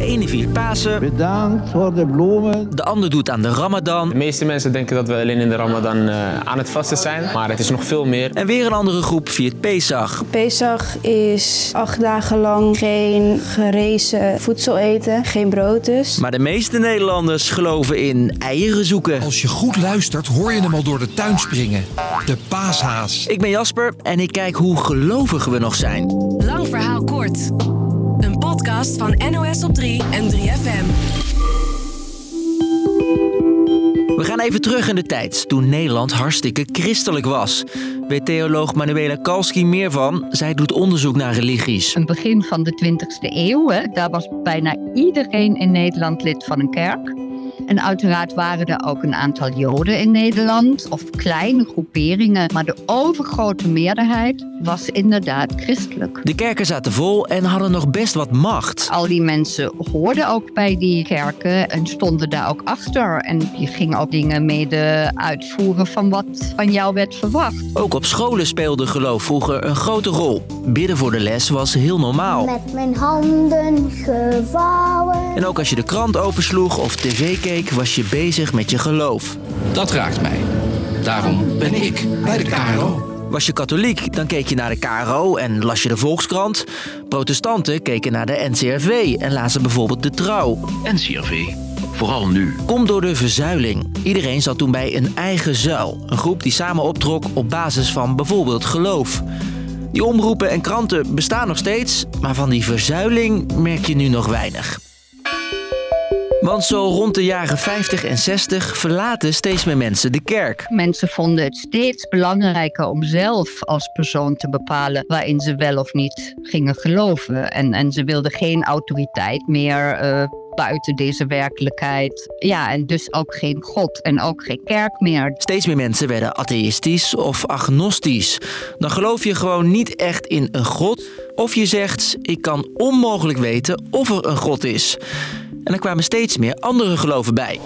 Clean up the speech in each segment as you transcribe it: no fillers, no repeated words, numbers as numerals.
ene viert Pasen. Bedankt voor de bloemen. De ander doet aan de Ramadan. De meeste mensen denken dat we alleen in de Ramadan aan het vasten zijn. Maar het is nog veel meer. En weer een andere groep viert Pesach. Pesach is 8 dagen lang geen gerezen voedsel eten, geen brood dus. Maar de meeste Nederlanders geloven in eieren zoeken. Als je goed luistert, hoor je hem al door de tuin springen. De paashaas. Ik ben Jasper en ik kijk hoe gelovig we nog zijn. Lang verhaal kort. Een podcast van NOS op 3 en 3FM. We gaan even terug in de tijd, toen Nederland hartstikke christelijk was. Weet theoloog Manuela Kalski meer van. Zij doet onderzoek naar religies. In het begin van de 20e eeuw, daar was bijna iedereen in Nederland lid van een kerk. En uiteraard waren er ook een aantal Joden in Nederland, of kleine groeperingen. Maar de overgrote meerderheid was inderdaad christelijk. De kerken zaten vol en hadden nog best wat macht. Al die mensen hoorden ook bij die kerken en stonden daar ook achter. En je ging ook dingen mede uitvoeren van wat van jou werd verwacht. Ook op scholen speelde geloof vroeger een grote rol. Bidden voor de les was heel normaal. Met mijn handen gevouwen. En ook als je de krant opensloeg of tv keek, was je bezig met je geloof. Dat raakt mij. Daarom ben ik bij de KRO. Was je katholiek, dan keek je naar de KRO en las je de Volkskrant. Protestanten keken naar de NCRV en lazen bijvoorbeeld de Trouw. NCRV, vooral nu. Komt door de verzuiling. Iedereen zat toen bij een eigen zuil. Een groep die samen optrok op basis van bijvoorbeeld geloof. Die omroepen en kranten bestaan nog steeds, maar van die verzuiling merk je nu nog weinig. Want zo rond de jaren 50 en 60 verlaten steeds meer mensen de kerk. Mensen vonden het steeds belangrijker om zelf als persoon te bepalen waarin ze wel of niet gingen geloven. En ze wilden geen autoriteit meer buiten deze werkelijkheid. Ja, en dus ook geen God en ook geen kerk meer. Steeds meer mensen werden atheïstisch of agnostisch. Dan geloof je gewoon niet echt in een God. Of je zegt, ik kan onmogelijk weten of er een God is. En er kwamen steeds meer andere geloven bij.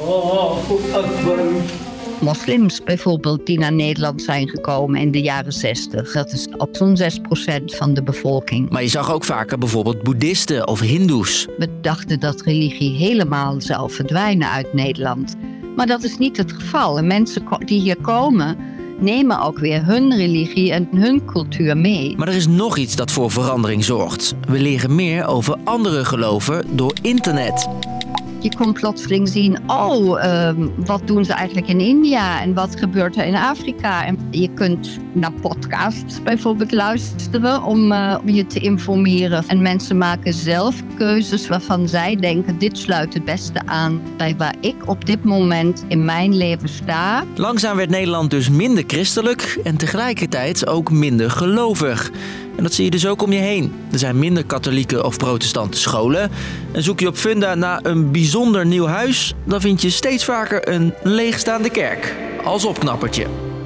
Moslims bijvoorbeeld die naar Nederland zijn gekomen in de jaren 60. Dat is op zo'n 6% van de bevolking. Maar je zag ook vaker bijvoorbeeld boeddhisten of hindoes. We dachten dat religie helemaal zou verdwijnen uit Nederland. Maar dat is niet het geval. En mensen die hier komen nemen ook weer hun religie en hun cultuur mee. Maar er is nog iets dat voor verandering zorgt. We leren meer over andere geloven door internet. Je kon plotseling zien, wat doen ze eigenlijk in India en wat gebeurt er in Afrika? En je kunt naar podcasts bijvoorbeeld luisteren om je te informeren. En mensen maken zelf keuzes waarvan zij denken, dit sluit het beste aan bij waar ik op dit moment in mijn leven sta. Langzaam werd Nederland dus minder christelijk en tegelijkertijd ook minder gelovig. En dat zie je dus ook om je heen. Er zijn minder katholieke of protestante scholen. En zoek je op Funda naar een bijzonder nieuw huis, dan vind je steeds vaker een leegstaande kerk. Als opknappertje.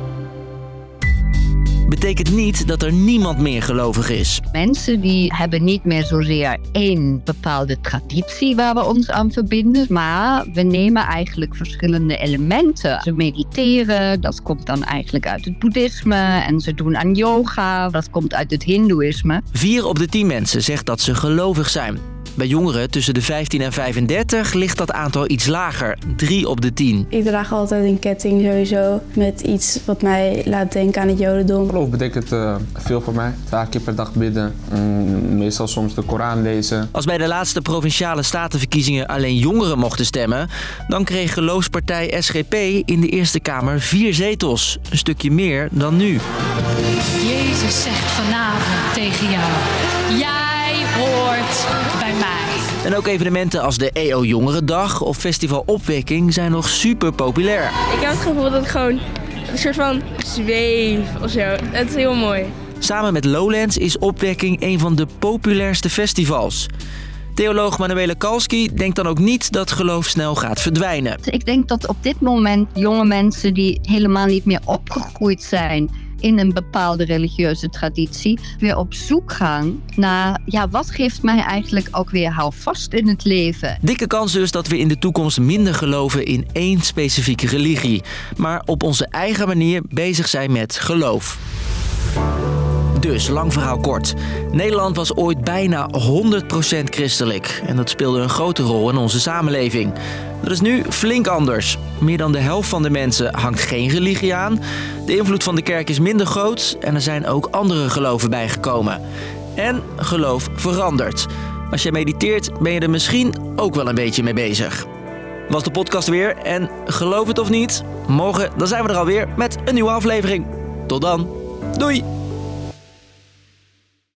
Betekent niet dat er niemand meer gelovig is. Mensen die hebben niet meer zozeer één bepaalde traditie waar we ons aan verbinden. Maar we nemen eigenlijk verschillende elementen. Ze mediteren, dat komt dan eigenlijk uit het boeddhisme. En ze doen aan yoga, dat komt uit het hindoeïsme. 4 op de 10 mensen zegt dat ze gelovig zijn. Bij jongeren tussen de 15 en 35 ligt dat aantal iets lager, 3 op de 10. Ik draag altijd een ketting sowieso met iets wat mij laat denken aan het jodendom. Geloof betekent veel voor mij. 2 keer per dag bidden, meestal soms de Koran lezen. Als bij de laatste provinciale statenverkiezingen alleen jongeren mochten stemmen, dan kreeg geloofspartij SGP in de Eerste Kamer 4 zetels. Een stukje meer dan nu. Jezus zegt vanavond tegen jou, jij hoort bij mij. En ook evenementen als de EO Jongerendag of Festival Opwekking zijn nog super populair. Ik heb het gevoel dat ik gewoon een soort van zweef of zo. Het is heel mooi. Samen met Lowlands is Opwekking een van de populairste festivals. Theoloog Manuela Kalski denkt dan ook niet dat geloof snel gaat verdwijnen. Ik denk dat op dit moment jonge mensen die helemaal niet meer opgegroeid zijn in een bepaalde religieuze traditie, weer op zoek gaan naar, wat geeft mij eigenlijk ook weer houvast in het leven. Dikke kans dus dat we in de toekomst minder geloven in één specifieke religie, maar op onze eigen manier bezig zijn met geloof. Dus, lang verhaal kort. Nederland was ooit bijna 100% christelijk. En dat speelde een grote rol in onze samenleving. Dat is nu flink anders. Meer dan de helft van de mensen hangt geen religie aan. De invloed van de kerk is minder groot. En er zijn ook andere geloven bijgekomen. En geloof verandert. Als je mediteert, ben je er misschien ook wel een beetje mee bezig. Was de podcast weer. En geloof het of niet, morgen dan zijn we er alweer met een nieuwe aflevering. Tot dan. Doei!